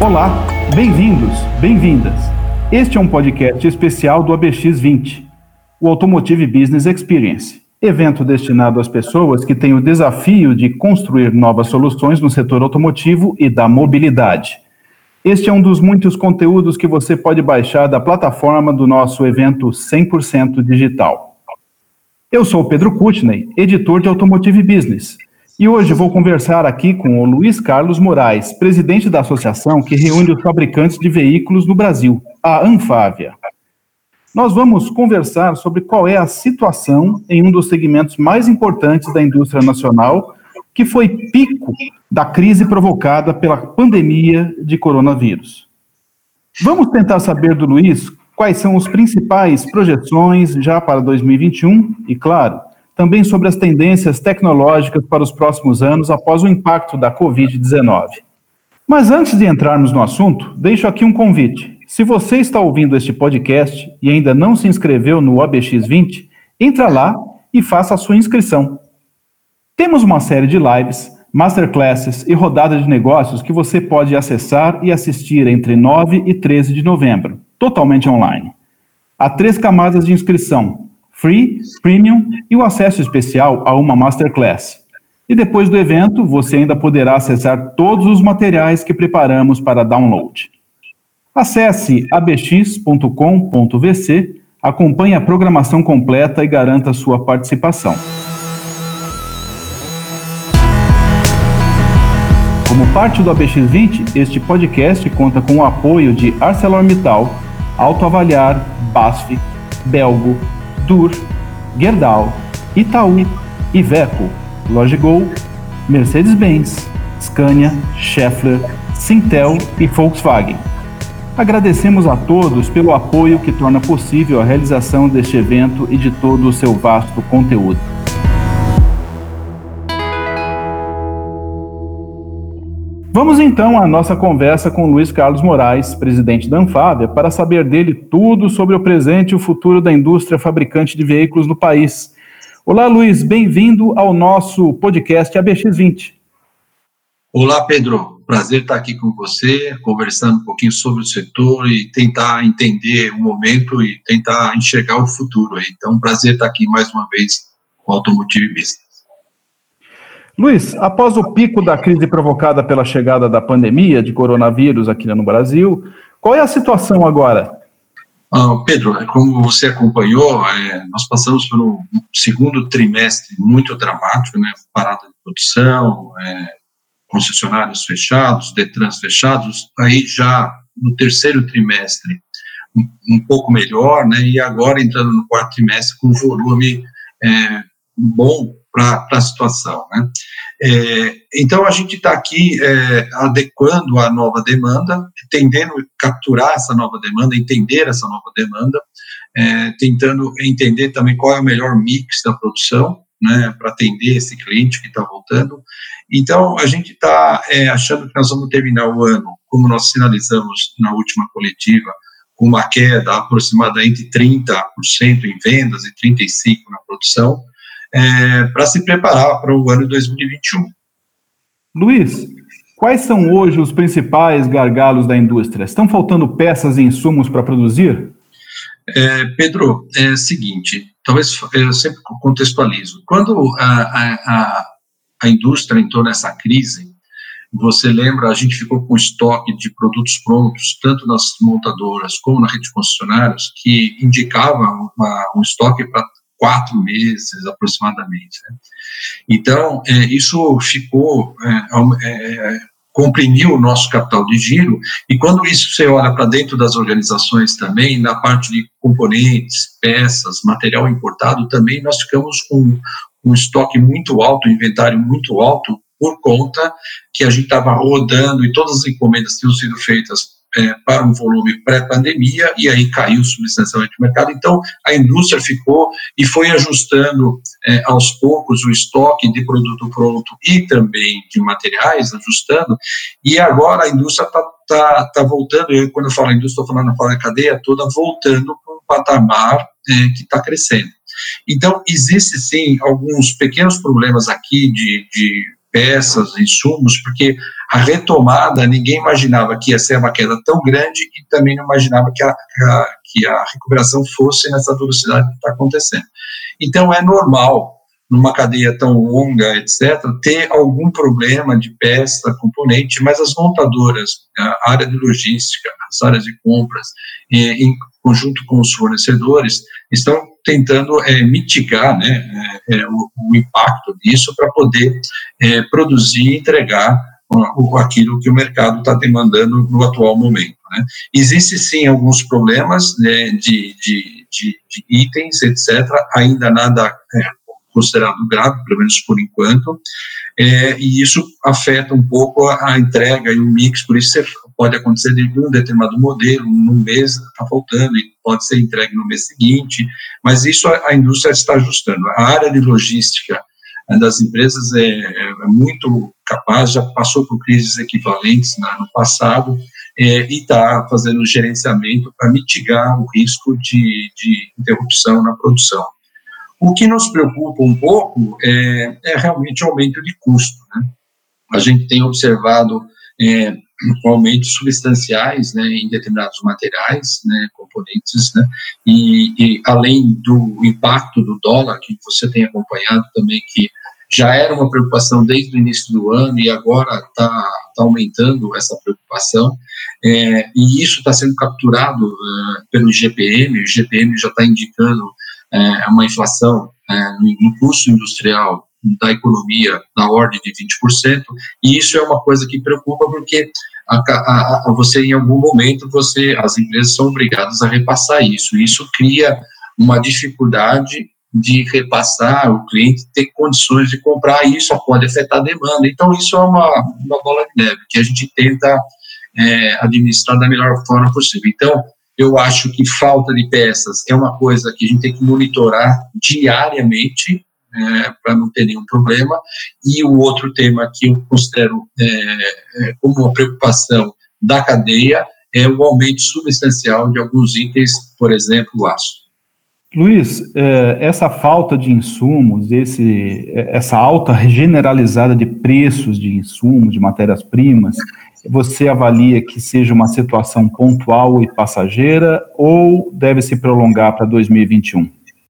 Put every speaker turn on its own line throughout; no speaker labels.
Olá, bem-vindos, bem-vindas. Este é um podcast especial do ABX20, o Automotive Business Experience, evento destinado às pessoas que têm o desafio de construir novas soluções no setor automotivo e da mobilidade. Este é um dos muitos conteúdos que você pode baixar da plataforma do nosso evento 100% digital. Eu sou o Pedro Kutney, editor de Automotive Business, e hoje vou conversar aqui com o Luiz Carlos Moraes, presidente da associação que reúne os fabricantes de veículos no Brasil, a Anfávia. Nós vamos conversar sobre qual é a situação em um dos segmentos mais importantes da indústria nacional, que foi pico da crise provocada pela pandemia de coronavírus. Vamos tentar saber do Luiz quais são as principais projeções já para 2021 e, claro, também sobre as tendências tecnológicas para os próximos anos após o impacto da Covid-19. Mas antes de entrarmos no assunto, deixo aqui um convite. Se você está ouvindo este podcast e ainda não se inscreveu no ABX20, entra lá e faça a sua inscrição. Temos uma série de lives, masterclasses e rodadas de negócios que você pode acessar e assistir entre 9 e 13 de novembro, totalmente online. Há 3 camadas de inscrição: Free, Premium e o acesso especial a uma Masterclass. E depois do evento, você ainda poderá acessar todos os materiais que preparamos para download. Acesse abx.com.vc, acompanhe a programação completa e garanta sua participação. Como parte do ABX20, este podcast conta com o apoio de ArcelorMittal, Autoavaliar, BASF, Belgo, Dur, Gerdau, Itaú, Iveco, Logigol, Mercedes-Benz, Scania, Schaeffler, Sintel e Volkswagen. Agradecemos a todos pelo apoio que torna possível a realização deste evento e de todo o seu vasto conteúdo. Vamos então à nossa conversa com Luiz Carlos Moraes, presidente da Anfávia, para saber dele tudo sobre o presente e o futuro da indústria fabricante de veículos no país. Olá, Luiz, bem-vindo ao nosso podcast ABX20.
Olá, Pedro. Prazer estar aqui com você, conversando um pouquinho sobre o setor e tentar entender o momento e tentar enxergar o futuro aí. Então, prazer estar aqui mais uma vez com o Automotive Business.
Luiz, após o pico da crise provocada pela chegada da pandemia de coronavírus aqui no Brasil, qual é a situação agora?
Pedro, como você acompanhou, nós passamos por um segundo trimestre muito dramático, né? Parada de produção, concessionários fechados, Detrans fechados, aí já no terceiro trimestre um pouco melhor, né? E agora entrando no quarto trimestre com volume bom para a situação, né? Então a gente está aqui adequando a nova demanda, tendendo a capturar essa nova demanda, entender essa nova demanda, tentando entender também qual é o melhor mix da produção, né, para atender esse cliente que está voltando. Então a gente está achando que nós vamos terminar o ano, como nós sinalizamos na última coletiva, com uma queda aproximada entre 30% em vendas e 35% na produção, para se preparar para o ano de 2021.
Luiz, quais são hoje os principais gargalos da indústria? Estão faltando peças e insumos para produzir?
Pedro, é o seguinte, talvez eu sempre contextualizo. Quando a indústria entrou nessa crise, você lembra, a gente ficou com estoque de produtos prontos, tanto nas montadoras como na rede de concessionários, que indicava um estoque para 4 meses aproximadamente, né? Então, isso ficou, comprimiu o nosso capital de giro, e quando isso você olha para dentro das organizações também, na parte de componentes, peças, material importado, também nós ficamos com um estoque muito alto, um inventário muito alto, por conta que a gente estava rodando e todas as encomendas tinham sido feitas para um volume pré-pandemia, e aí caiu substancialmente o mercado. Então a indústria ficou e foi ajustando aos poucos o estoque de produto pronto e também de materiais, ajustando, e agora a indústria está voltando. Eu, quando eu falo indústria, estou falando a cadeia toda voltando para um patamar que está crescendo. Então existe sim alguns pequenos problemas aqui de peças, insumos, porque a retomada, ninguém imaginava que ia ser uma queda tão grande e também não imaginava que a recuperação fosse nessa velocidade que está acontecendo. Então, é normal, numa cadeia tão longa, etc., ter algum problema de peça, componente, mas as montadoras, a área de logística, as áreas de compras, em conjunto com os fornecedores, estão tentando mitigar, né, o impacto disso para poder produzir e entregar aquilo que o mercado está demandando no atual momento, né. Existe sim alguns problemas, né, de itens, etc., ainda nada considerado grave, pelo menos por enquanto, e isso afeta um pouco a entrega e o mix, por isso pode acontecer de um determinado modelo, num mês está faltando, e pode ser entregue no mês seguinte, mas isso a indústria está ajustando. A área de logística das empresas é muito capaz, já passou por crises equivalentes no passado, e está fazendo gerenciamento para mitigar o risco de interrupção na produção. O que nos preocupa um pouco é realmente o aumento de custo, né? A gente tem observado aumentos substanciais, né, em determinados materiais, né, componentes, né, e além do impacto do dólar, que você tem acompanhado também, que já era uma preocupação desde o início do ano e agora está aumentando essa preocupação, e isso está sendo capturado pelo IGPM. O IGPM já está indicando uma inflação no custo industrial da economia na ordem de 20%, e isso é uma coisa que preocupa porque você, em algum momento, as empresas são obrigadas a repassar isso. Isso cria uma dificuldade de repassar, o cliente ter condições de comprar, e isso pode afetar a demanda. Então, isso é uma bola de neve que a gente tenta administrar da melhor forma possível. Então, eu acho que falta de peças é uma coisa que a gente tem que monitorar diariamente, para não ter nenhum problema. E o outro tema que eu considero como uma preocupação da cadeia é o aumento substancial de alguns itens, por exemplo, o aço.
Luiz, essa falta de insumos, essa alta generalizada de preços de insumos, de matérias-primas, você avalia que seja uma situação pontual e passageira ou deve se prolongar para 2021?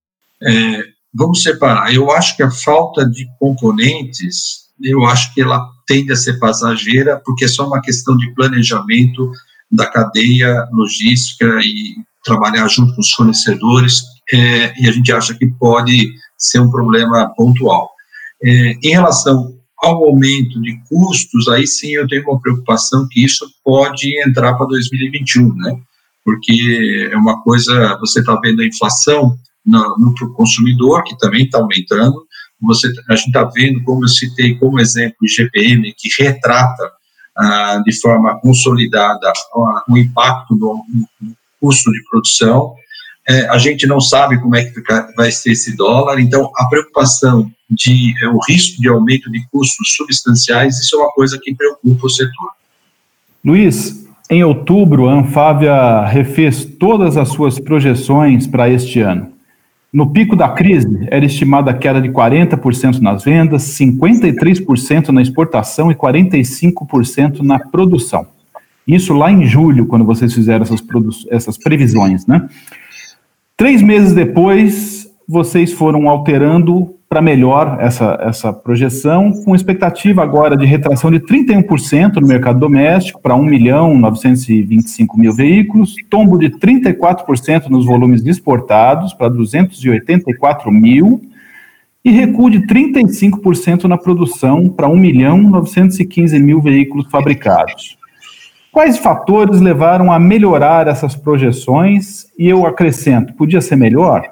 Vamos separar. Eu acho que a falta de componentes, eu acho que ela tende a ser passageira, porque é só uma questão de planejamento da cadeia logística e trabalhar junto com os fornecedores, e a gente acha que pode ser um problema pontual. Em relação ao aumento de custos, aí sim eu tenho uma preocupação que isso pode entrar para 2021, né? Porque é uma coisa, você está vendo a inflação no consumidor, que também está aumentando, a gente está vendo, como eu citei como exemplo, o IGPM, que retrata de forma consolidada o impacto do custo de produção. A gente não sabe como é que vai ser esse dólar, então a preocupação o risco de aumento de custos substanciais, isso é uma coisa que preocupa o setor.
Luiz, em outubro, a Anfávia refez todas as suas projeções para este ano. No pico da crise, era estimada a queda de 40% nas vendas, 53% na exportação e 45% na produção. Isso lá em julho, quando vocês fizeram essas previsões, né? 3 meses depois, vocês foram alterando para melhor essa projeção, com expectativa agora de retração de 31% no mercado doméstico para 1.925.000 veículos, tombo de 34% nos volumes exportados para 284 mil e recuo de 35% na produção para 1.915.000 veículos fabricados. Quais fatores levaram a melhorar essas projeções? E eu acrescento, podia ser melhor?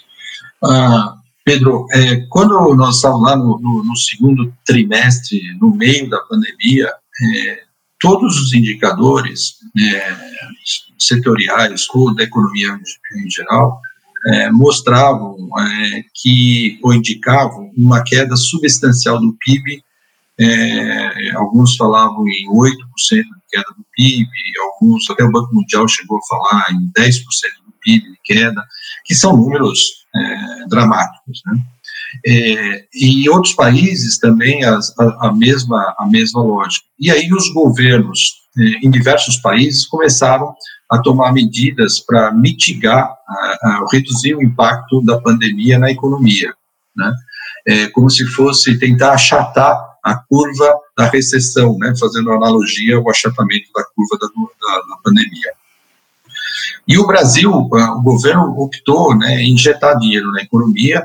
Pedro, quando nós estávamos lá no segundo trimestre, no meio da pandemia, todos os indicadores setoriais ou da economia em geral mostravam ou indicavam uma queda substancial do PIB. Alguns falavam em 8% de queda do PIB, alguns, até o Banco Mundial chegou a falar em 10% do PIB de queda, que são números dramáticos, né? E em outros países também a mesma lógica. E aí os governos em diversos países começaram a tomar medidas para mitigar, reduzir o impacto da pandemia na economia, né? Como se fosse tentar achatar a curva da recessão, né? Fazendo analogia ao achatamento da curva da pandemia. E o Brasil, o governo optou, né, em injetar dinheiro na economia.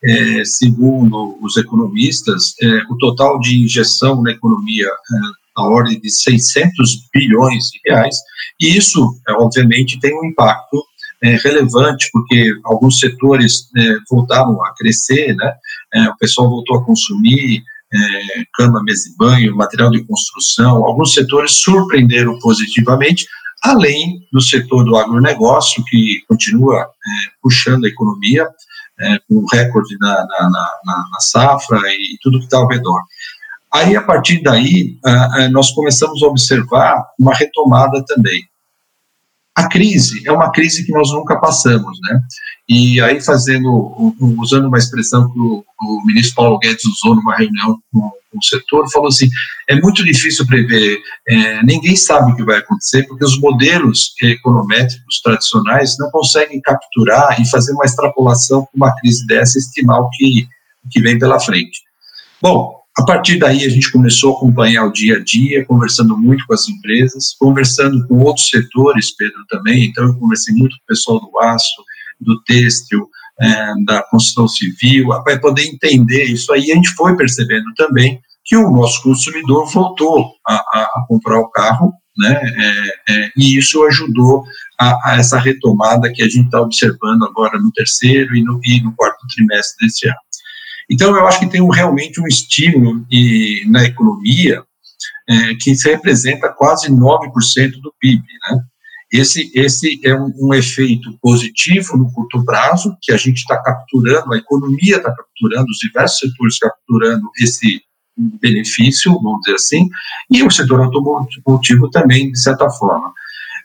Segundo os economistas, o total de injeção na economia na ordem de 600 bilhões de reais, e isso, obviamente, tem um impacto relevante, porque alguns setores voltaram a crescer, né? O pessoal voltou a consumir cama, mesa e banho, material de construção, alguns setores surpreenderam positivamente, além do setor do agronegócio, que continua puxando a economia, com recorde na safra e tudo que está ao redor. Aí, a partir daí, nós começamos a observar uma retomada também. A crise é uma crise que nós nunca passamos, né? E aí, usando uma expressão que o ministro Paulo Guedes usou numa reunião com o setor, falou assim: é muito difícil prever, ninguém sabe o que vai acontecer, porque os modelos econométricos tradicionais não conseguem capturar e fazer uma extrapolação com uma crise dessa, estimar o que vem pela frente. Bom, a partir daí a gente começou a acompanhar o dia a dia, conversando muito com as empresas, conversando com outros setores, Pedro, também. Então eu conversei muito com o pessoal do aço, do têxtil, da construção civil, para poder entender isso aí. A gente foi percebendo também que o nosso consumidor voltou a comprar o carro, né? E isso ajudou a essa retomada que a gente está observando agora no terceiro e no quarto trimestre deste ano. Então, eu acho que tem realmente um estímulo na economia que se representa quase 9% do PIB, né? Esse é um efeito positivo no curto prazo, que a gente está capturando, a economia está capturando, os diversos setores capturando esse benefício, vamos dizer assim, e o setor automotivo também, de certa forma.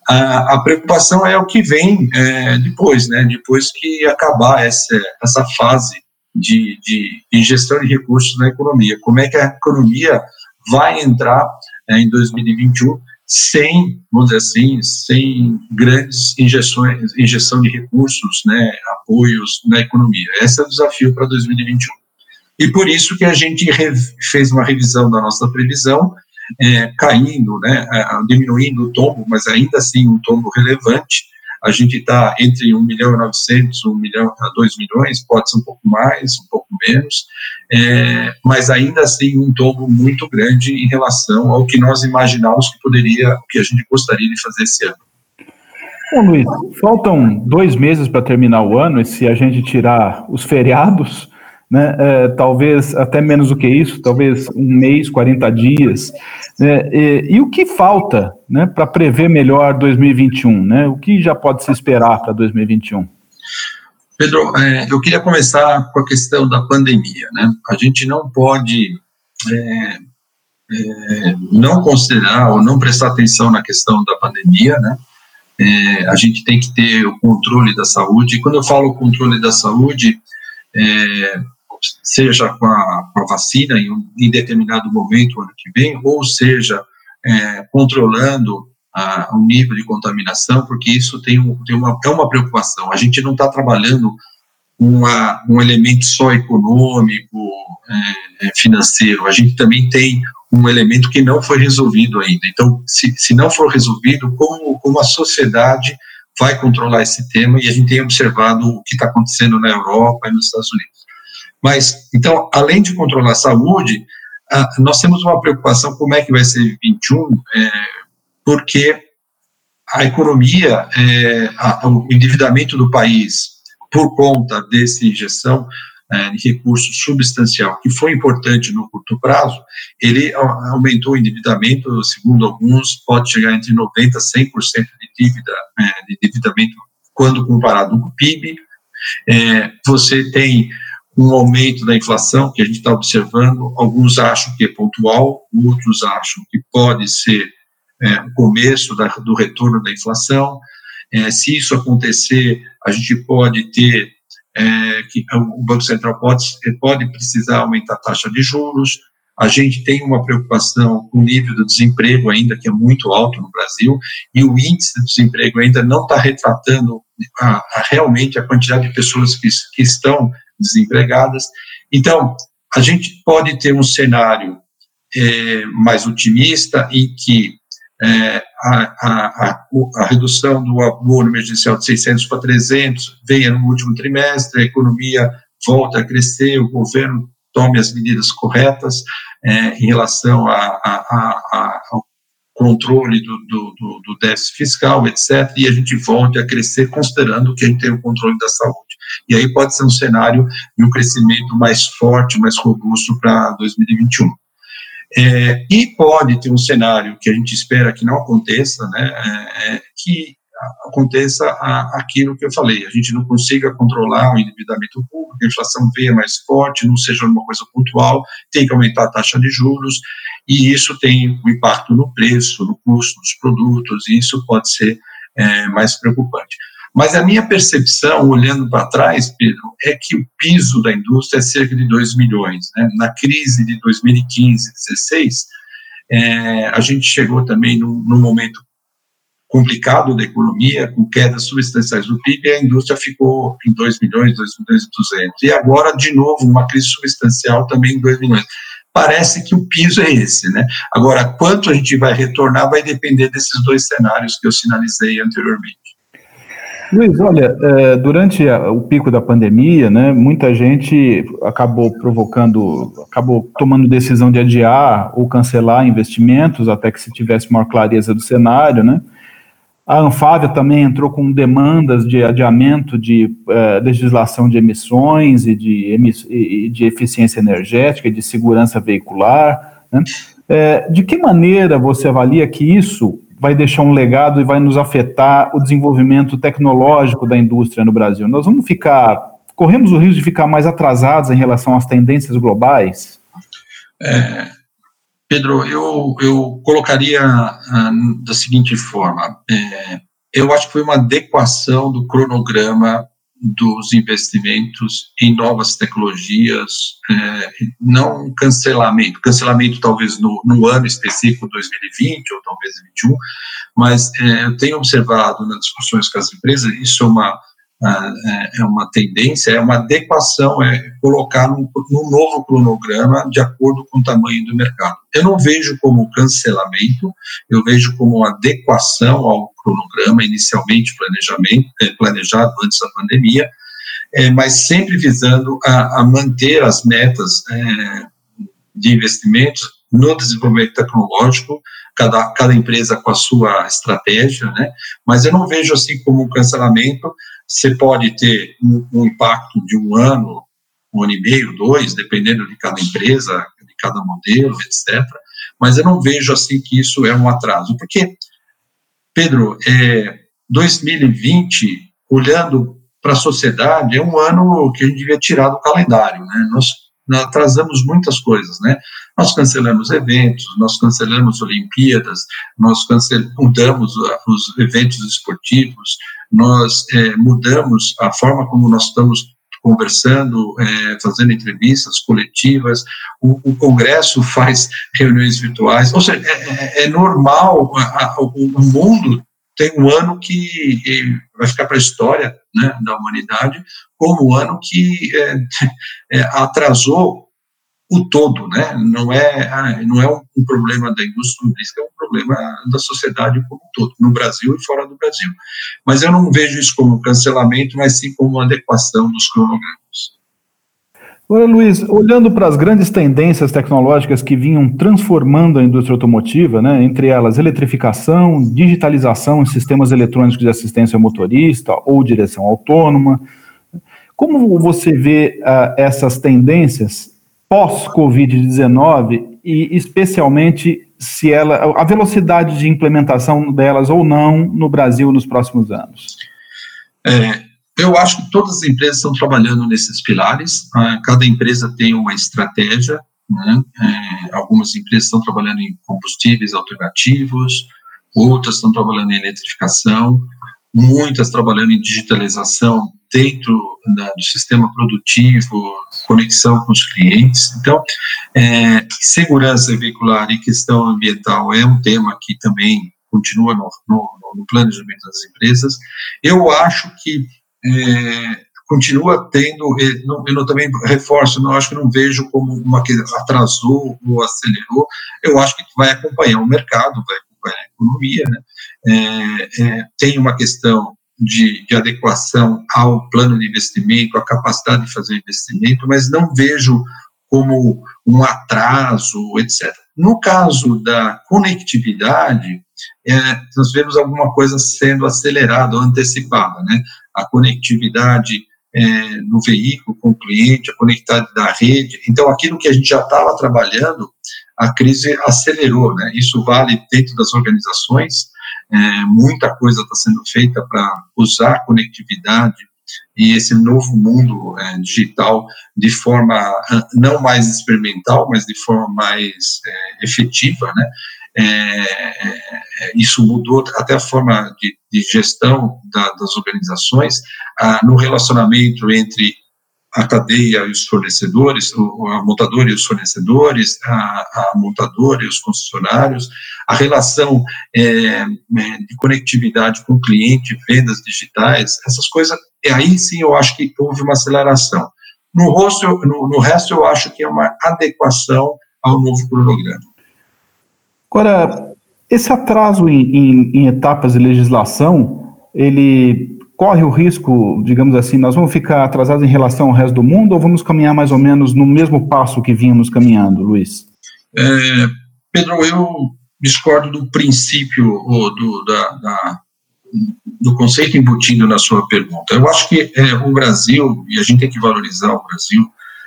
A preocupação é o que vem depois, né? Depois que acabar essa fase de ingestão de recursos na economia. Como é que a economia vai entrar em 2021 sem, vamos dizer assim, sem grandes injeção de recursos, né, apoios na economia. Esse é o desafio para 2021. E por isso que a gente fez uma revisão da nossa previsão, caindo, né, diminuindo o tombo, mas ainda assim um tombo relevante. A gente está entre 1.900.000, 1 milhão a 2 milhões, pode ser um pouco mais, um pouco menos, mas ainda assim um tombo muito grande em relação ao que nós imaginávamos que a gente gostaria de fazer esse ano.
Bom, Luiz, faltam 2 meses para terminar o ano, e se a gente tirar os feriados, né, talvez até menos do que isso, talvez 1 mês, 40 dias, e o que falta, né, para prever melhor 2021, né, o que já pode se esperar para 2021?
Pedro, eu queria começar com a questão da pandemia, né, a gente não pode não considerar ou não prestar atenção na questão da pandemia, né, a gente tem que ter o controle da saúde, e quando eu falo controle da saúde, seja com a vacina em determinado momento, ano que vem, ou seja, controlando o nível de contaminação, porque isso é uma preocupação. A gente não está trabalhando um elemento só econômico, financeiro, a gente também tem um elemento que não foi resolvido ainda. Então, se não for resolvido, como a sociedade vai controlar esse tema, e a gente tem observado o que está acontecendo na Europa e nos Estados Unidos. Mas, então, além de controlar a saúde, nós temos uma preocupação como é que vai ser 2021, porque a economia, o endividamento do país, por conta dessa injeção de recurso substancial, que foi importante no curto prazo, ele aumentou o endividamento, segundo alguns, pode chegar entre 90% a 100% de endividamento quando comparado com o PIB. Você tem um aumento da inflação que a gente está observando, alguns acham que é pontual, outros acham que pode ser o começo do retorno da inflação. Se isso acontecer, a gente pode ter que o Banco Central pode precisar aumentar a taxa de juros. A gente tem uma preocupação com o nível do desemprego ainda, que é muito alto no Brasil, e o índice de desemprego ainda não está retratando realmente a quantidade de pessoas que estão desempregadas. Então, a gente pode ter um cenário mais otimista em que a redução do abono emergencial de 600 para 300 venha no último trimestre, a economia volta a crescer, o governo tome as medidas corretas em relação ao controle do déficit fiscal, etc., e a gente volte a crescer considerando que a gente tem o controle da saúde. E aí pode ser um cenário de um crescimento mais forte, mais robusto para 2021. E pode ter um cenário que a gente espera que não aconteça, né, que aconteça aquilo que eu falei, a gente não consiga controlar o endividamento público, a inflação venha mais forte, não seja uma coisa pontual, tem que aumentar a taxa de juros, e isso tem um impacto no preço, no custo dos produtos, e isso pode ser mais preocupante. Mas a minha percepção, olhando para trás, Pedro, é que o piso da indústria é cerca de 2 milhões. Né? Na crise de 2015, 2016, a gente chegou também num momento complicado da economia, com quedas substanciais do PIB, e a indústria ficou em 2 milhões, 2 milhões e 200. E agora, de novo, uma crise substancial também em 2 milhões. Parece que o piso é esse, né? Agora, quanto a gente vai retornar vai depender desses dois cenários que eu sinalizei anteriormente.
Luiz, olha, durante o pico da pandemia, né, muita gente acabou tomando decisão de adiar ou cancelar investimentos até que se tivesse maior clareza do cenário, né? A Anfávia também entrou com demandas de adiamento de legislação de emissões e de eficiência energética e de segurança veicular, né? De que maneira você avalia que isso vai deixar um legado e vai nos afetar o desenvolvimento tecnológico da indústria no Brasil? Nós corremos o risco de ficar mais atrasados em relação às tendências globais?
Pedro, eu colocaria da seguinte forma, eu acho que foi uma adequação do cronograma dos investimentos em novas tecnologias, não um cancelamento talvez no ano específico 2020 ou talvez 2021, mas eu tenho observado nas discussões com as empresas, isso é uma tendência, é uma adequação, colocar num novo cronograma de acordo com o tamanho do mercado. Eu não vejo como cancelamento, eu vejo como uma adequação ao cronograma inicialmente planejado antes da pandemia, mas sempre visando a manter as metas de investimentos no desenvolvimento tecnológico, cada empresa com a sua estratégia, né? Mas eu não vejo assim como um cancelamento. Você pode ter um impacto de um ano e meio, 2, dependendo de cada empresa, de cada modelo, etc. Mas eu não vejo assim que isso é um atraso, porque, Pedro, 2020, olhando para a sociedade, é um ano que a gente devia tirar do calendário, né? Nós atrasamos muitas coisas, né? Nós cancelamos eventos, nós cancelamos Olimpíadas, nós mudamos os eventos esportivos, nós mudamos a forma como nós estamos conversando, fazendo entrevistas coletivas, o Congresso faz reuniões virtuais, ou seja, é normal, o mundo tem um ano que vai ficar para a história, né, da humanidade, como um ano que atrasou o todo, né? Não é um problema da indústria turística, é um problema da sociedade como um todo, no Brasil e fora do Brasil. Mas eu não vejo isso como cancelamento, mas sim como uma adequação dos cronogramas.
Agora, Luiz, olhando para as grandes tendências tecnológicas que vinham transformando a indústria automotiva, né, entre elas eletrificação, digitalização em sistemas eletrônicos de assistência ao motorista ou direção autônoma, como você vê essas tendências pós-Covid-19 e especialmente se a velocidade de implementação delas ou não no Brasil nos próximos anos?
Eu acho que todas as empresas estão trabalhando nesses pilares, cada empresa tem uma estratégia, né? Algumas empresas estão trabalhando em combustíveis alternativos, outras estão trabalhando em eletrificação, muitas trabalhando em digitalização dentro do sistema produtivo, conexão com os clientes. Então, segurança veicular e questão ambiental é um tema que também continua no planejamento das empresas. Eu acho que continua tendo, eu também reforço, acho que não vejo como uma que atrasou ou acelerou, eu acho que vai acompanhar o mercado, vai acompanhar a economia, né? Tem uma questão de adequação ao plano de investimento, à capacidade de fazer investimento, mas não vejo como um atraso, etc. No caso da conectividade, nós vemos alguma coisa sendo acelerada ou antecipada, né? A conectividade no veículo com o cliente, a conectividade da rede. Então, aquilo que a gente já estava trabalhando, a crise acelerou, né? Isso vale dentro das organizações, muita coisa está sendo feita para usar a conectividade e esse novo mundo digital de forma não mais experimental, mas de forma mais efetiva, né? Isso mudou até a forma de gestão das organizações, no relacionamento entre a cadeia e os fornecedores, a montadora e os fornecedores, a montadora e os concessionários, a relação de conectividade com o cliente, vendas digitais, essas coisas, aí sim eu acho que houve uma aceleração. No resto eu acho que é uma adequação ao novo cronograma.
Agora, esse atraso em etapas de legislação, ele corre o risco, digamos assim, nós vamos ficar atrasados em relação ao resto do mundo ou vamos caminhar mais ou menos no mesmo passo que vínhamos caminhando, Luiz?
Pedro, eu discordo do princípio ou do conceito embutido na sua pergunta. Eu acho que o Brasil, e a gente tem que valorizar o Brasil,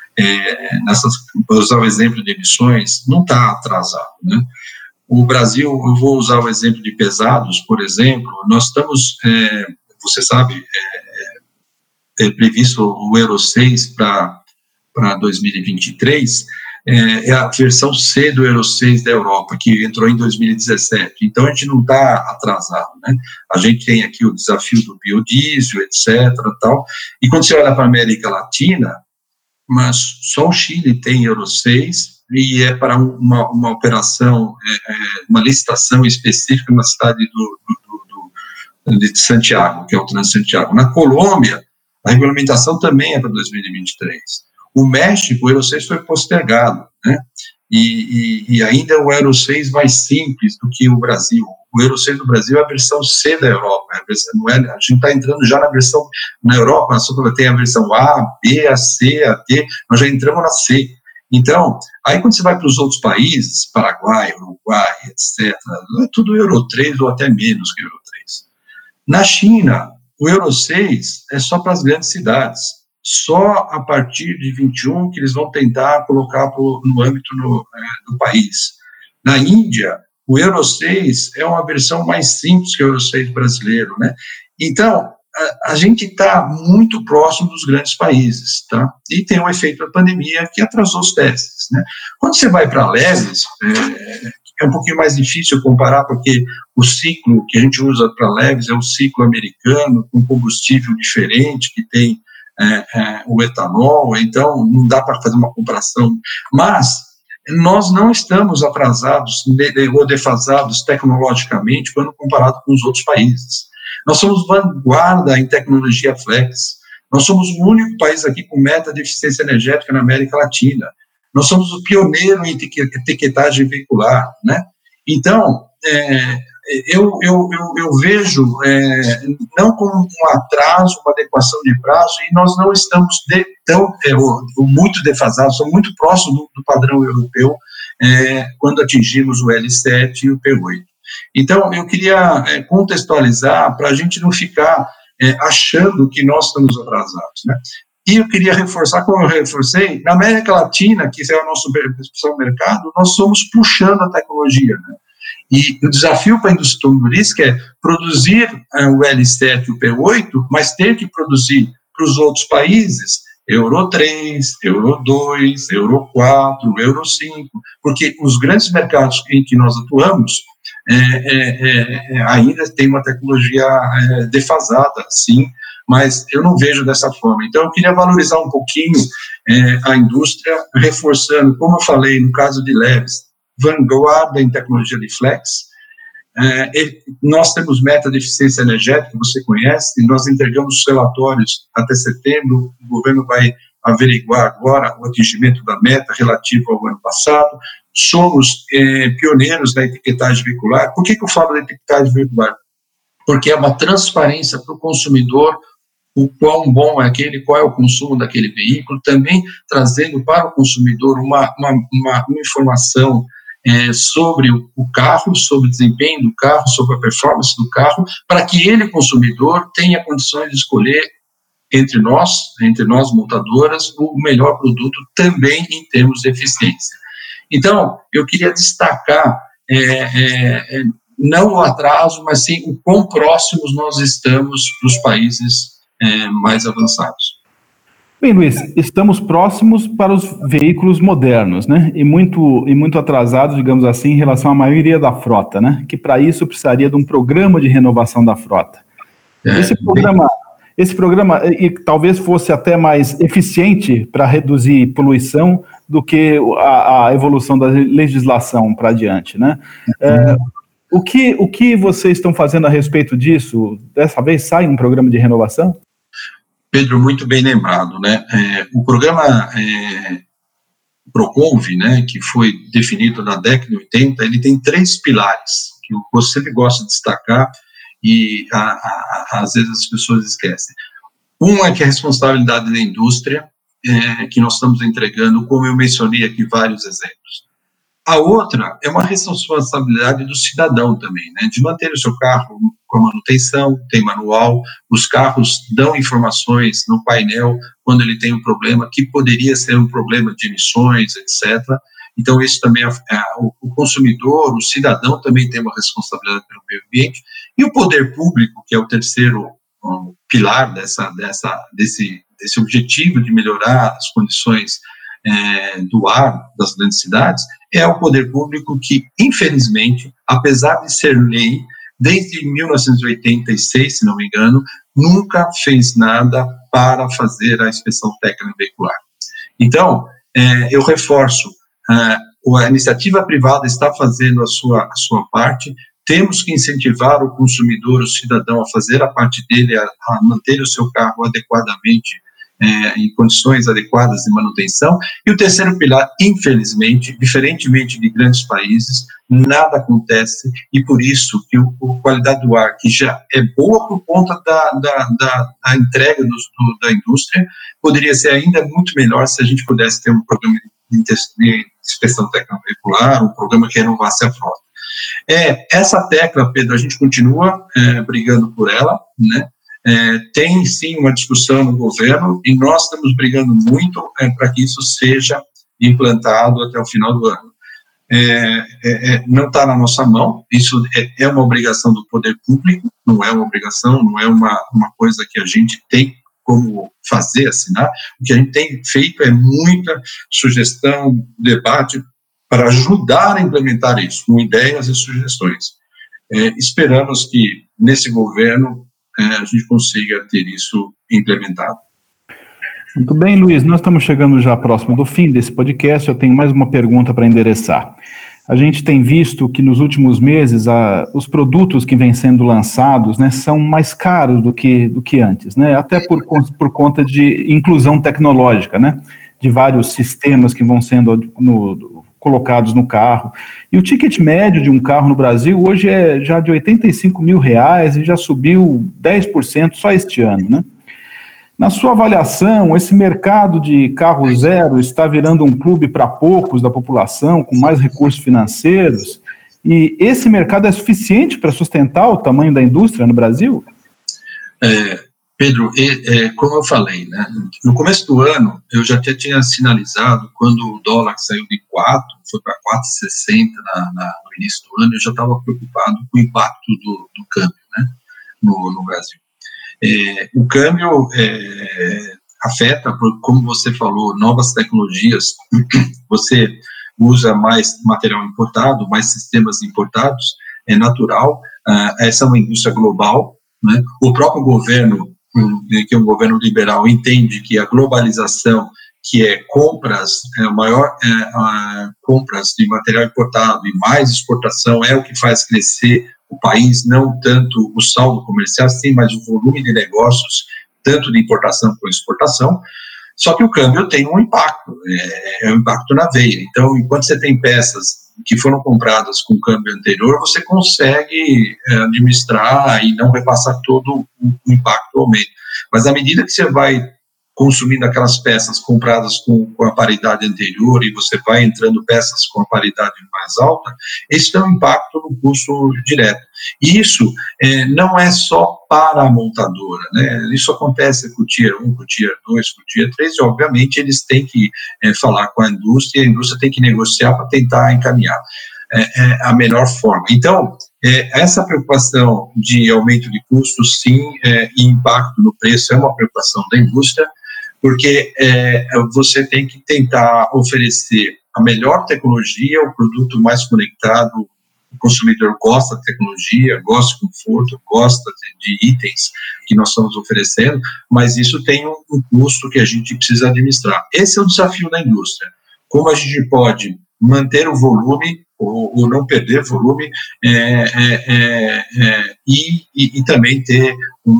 usar o exemplo de emissões, não está atrasado, né? O Brasil, eu vou usar o exemplo de pesados, por exemplo, nós estamos, você sabe, previsto o Euro 6 para 2023, é a versão C do Euro 6 da Europa, que entrou em 2017. Então, a gente não está atrasado, né? A gente tem aqui o desafio do biodiesel, etc. Tal. E quando você olha para a América Latina, mas só o Chile tem Euro 6 e é para uma operação, uma licitação específica na cidade de Santiago, que é o Transantiago. Na Colômbia, a regulamentação também é para 2023. O México, o Euro 6 foi postergado, né? E ainda o Euro 6 mais simples do que o Brasil. O Euro 6 do Brasil é a versão C da Europa, a gente está entrando já na versão, na Europa, só tem a versão A, B, a C, a D, nós já entramos na C. Então, aí quando você vai para os outros países, Paraguai, Uruguai, etc., é tudo Euro 3 ou até menos que Euro 3. Na China, o Euro 6 é só para as grandes cidades. Só a partir de 21 que eles vão tentar colocar no âmbito do país. Na Índia, o Euro 6 é uma versão mais simples que o Euro 6 brasileiro, né? Então, a gente está muito próximo dos grandes países, tá? E tem o efeito da pandemia que atrasou os testes, né? Quando você vai para leves, é um pouquinho mais difícil comparar, porque o ciclo que a gente usa para leves é o ciclo americano, com combustível diferente, que tem o etanol, então não dá para fazer uma comparação, mas nós não estamos atrasados ou defasados tecnologicamente quando comparado com os outros países. Nós somos vanguarda em tecnologia flex, nós somos o único país aqui com meta de eficiência energética na América Latina, nós somos o pioneiro em etiquetagem veicular, né? Então, eu vejo não como um atraso, uma adequação de prazo, e nós não estamos muito defasados, somos muito próximos do padrão europeu quando atingimos o L7 e o P8. Então, eu queria contextualizar para a gente não ficar achando que nós estamos atrasados, né? E eu queria reforçar, como eu reforcei, na América Latina, que é o nosso principal mercado, nós somos puxando a tecnologia, né? E o desafio para a indústria automobilística é produzir o L7 e o P8, mas ter que produzir para os outros países Euro 3, Euro 2, Euro 4, Euro 5, porque os grandes mercados em que nós atuamos ainda tem uma tecnologia defasada, sim, mas eu não vejo dessa forma. Então, eu queria valorizar um pouquinho a indústria, reforçando, como eu falei, no caso de Leves, vanguarda em tecnologia de flex. Nós temos meta de eficiência energética, você conhece, e nós entregamos os relatórios até setembro, o governo vai averiguar agora o atingimento da meta relativo ao ano passado. Somos pioneiros na etiquetagem veicular. Por que eu falo da etiquetagem veicular? Porque é uma transparência para o consumidor o quão bom é aquele, qual é o consumo daquele veículo, também trazendo para o consumidor uma informação sobre o carro, sobre o desempenho do carro, sobre a performance do carro, para que ele, consumidor, tenha condições de escolher entre nós montadoras, o melhor produto também em termos de eficiência. Então, eu queria destacar não o atraso, mas sim o quão próximos nós estamos dos países mais avançados.
Bem, Luiz, estamos próximos para os veículos modernos, né? E muito atrasados, digamos assim, em relação à maioria da frota, né? Que para isso precisaria de um programa de renovação da frota. Esse programa e talvez fosse até mais eficiente para reduzir poluição do que a evolução da legislação para adiante, né? O que vocês estão fazendo a respeito disso? Dessa vez sai um programa de renovação?
Pedro, muito bem lembrado, né? O programa Proconv, né, que foi definido na década de 80, ele tem 3 pilares que eu sempre gosto de destacar e às vezes as pessoas esquecem. Um é que a responsabilidade da indústria, que nós estamos entregando, como eu mencionei aqui vários exemplos. A outra é uma responsabilidade do cidadão também, né, de manter o seu carro com a manutenção, tem manual, os carros dão informações no painel quando ele tem um problema, que poderia ser um problema de emissões, etc. Então, isso também o consumidor, o cidadão também tem uma responsabilidade pelo meio ambiente, e o poder público, que é o terceiro pilar desse objetivo de melhorar as condições do ar das grandes cidades, é o poder público que, infelizmente, apesar de ser lei, desde 1986, se não me engano, nunca fez nada para fazer a inspeção técnica veicular. Então, eu reforço, a iniciativa privada está fazendo a sua parte, temos que incentivar o consumidor, o cidadão, a fazer a parte dele, a manter o seu carro adequadamente, em condições adequadas de manutenção. E o terceiro pilar, infelizmente, diferentemente de grandes países, nada acontece, e por isso que a qualidade do ar, que já é boa por conta da entrega da indústria, poderia ser ainda muito melhor se a gente pudesse ter um programa de inspeção técnica veicular, um programa que renovasse a frota. Essa tecla, Pedro, a gente continua brigando por ela, né? Tem sim uma discussão no governo e nós estamos brigando muito para que isso seja implantado até o final do ano. Não está na nossa mão, isso é uma obrigação do poder público, não é uma obrigação, não é uma coisa que a gente tem como fazer, assinar. O que a gente tem feito é muita sugestão, debate para ajudar a implementar isso, com ideias e sugestões. Esperamos que nesse governo a gente consiga ter isso implementado.
Muito bem, Luiz, nós estamos chegando já próximo do fim desse podcast, eu tenho mais uma pergunta para endereçar. A gente tem visto que nos últimos meses os produtos que vêm sendo lançados, né, são mais caros do que antes, né, até por conta de inclusão tecnológica, né, de vários sistemas que vão sendo colocados no carro. E o ticket médio de um carro no Brasil hoje é já de R$85 mil e já subiu 10% só este ano, né? Na sua avaliação, esse mercado de carro zero está virando um clube para poucos da população, com mais recursos financeiros, e esse mercado é suficiente para sustentar o tamanho da indústria no Brasil?
Pedro, como eu falei, né, no começo do ano, eu já tinha sinalizado, quando o dólar saiu de 4, foi para 4,60 no início do ano, eu já estava preocupado com o impacto do câmbio, né, no Brasil. O câmbio afeta, como você falou, novas tecnologias, você usa mais material importado, mais sistemas importados, é natural, essa é uma indústria global, né, o próprio governo que um governo liberal entende que a globalização, que é compras, compras de material importado e mais exportação é o que faz crescer o país, não tanto o saldo comercial, sim, mas o volume de negócios, tanto de importação como exportação. Só que o câmbio tem um impacto, é um impacto na veia. Então, enquanto você tem peças que foram compradas com o câmbio anterior, você consegue administrar e não repassar todo o impacto do aumento. Mas à medida que você vai consumindo aquelas peças compradas com a paridade anterior e você vai entrando peças com a paridade mais alta, isso tem um impacto no custo direto. E isso não é só para a montadora, né? Isso acontece com o Tier 1, com o Tier 2, com o Tier 3, e obviamente eles têm que falar com a indústria, e a indústria tem que negociar para tentar encaminhar a melhor forma. Então, essa preocupação de aumento de custos, sim, e impacto no preço é uma preocupação da indústria, porque você tem que tentar oferecer a melhor tecnologia, o produto mais conectado. O consumidor gosta de tecnologia, gosta de conforto, gosta de itens que nós estamos oferecendo, mas isso tem um custo que a gente precisa administrar. Esse é o desafio da indústria. Como a gente pode manter o volume ou não perder volume e também ter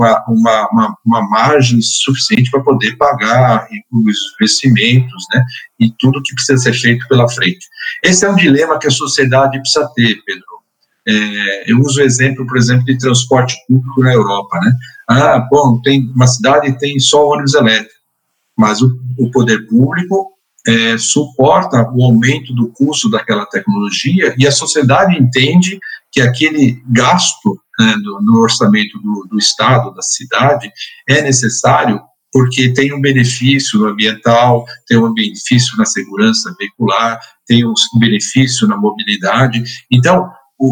uma margem suficiente para poder pagar os investimentos, né, e tudo que precisa ser feito pela frente. Esse é um dilema que a sociedade precisa ter, Pedro. Eu uso o exemplo, por exemplo, de transporte público na Europa, né? Tem uma cidade que tem só ônibus elétrico, mas o poder público suporta o aumento do custo daquela tecnologia e a sociedade entende que aquele gasto no orçamento do Estado, da cidade, é necessário porque tem um benefício ambiental, tem um benefício na segurança veicular, tem um benefício na mobilidade. Então,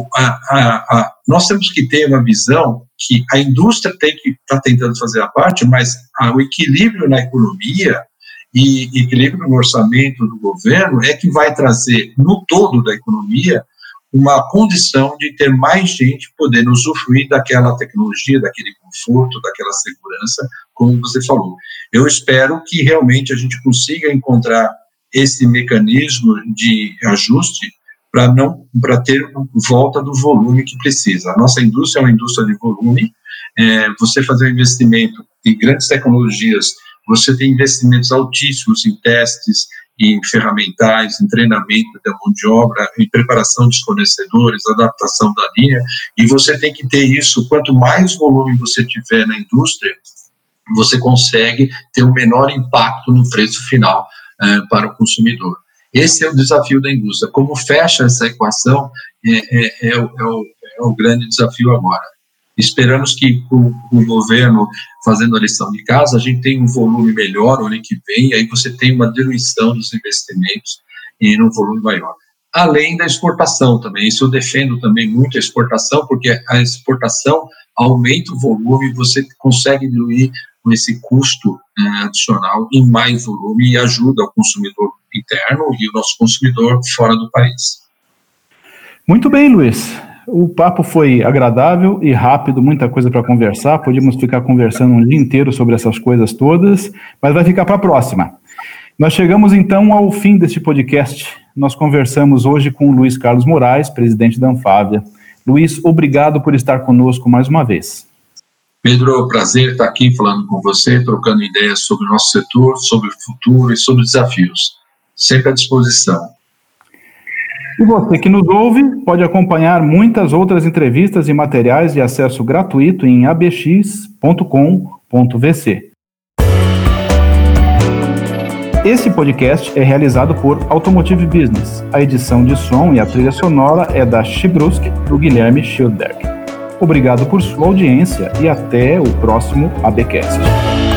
nós temos que ter uma visão que a indústria tem que estar tentando fazer a parte, mas o equilíbrio na economia e equilíbrio no orçamento do governo é que vai trazer, no todo da economia, uma condição de ter mais gente podendo usufruir daquela tecnologia, daquele conforto, daquela segurança, como você falou. Eu espero que realmente a gente consiga encontrar esse mecanismo de ajuste para ter volta do volume que precisa. A nossa indústria é uma indústria de volume. Você fazer um investimento em grandes tecnologias, você tem investimentos altíssimos em testes, em ferramentais, em treinamento da mão de obra, em preparação dos fornecedores, adaptação da linha, e você tem que ter isso. Quanto mais volume você tiver na indústria, você consegue ter um menor impacto no preço final para o consumidor. Esse é o desafio da indústria. Como fecha essa equação é o grande desafio agora. Esperamos que com o governo fazendo a lição de casa, a gente tenha um volume melhor o ano que vem, aí você tem uma diluição dos investimentos em um volume maior. Além da exportação também, isso eu defendo também muito a exportação, porque a exportação aumenta o volume, você consegue diluir com esse custo adicional em mais volume e ajuda o consumidor interno e o nosso consumidor fora do país.
Muito bem, Luiz. O papo foi agradável e rápido, muita coisa para conversar. Podíamos ficar conversando um dia inteiro sobre essas coisas todas, mas vai ficar para a próxima. Nós chegamos então ao fim deste podcast. Nós conversamos hoje com o Luiz Carlos Moraes, presidente da Anfávia. Luiz, obrigado por estar conosco mais uma vez.
Pedro, prazer estar aqui falando com você, trocando ideias sobre o nosso setor, sobre o futuro e sobre desafios. Sempre à disposição.
E você que nos ouve pode acompanhar muitas outras entrevistas e materiais de acesso gratuito em abx.com.vc. Esse podcast é realizado por Automotive Business. A edição de som e a trilha sonora é da Chibrusk, do Guilherme Schildberg. Obrigado por sua audiência e até o próximo ABcast.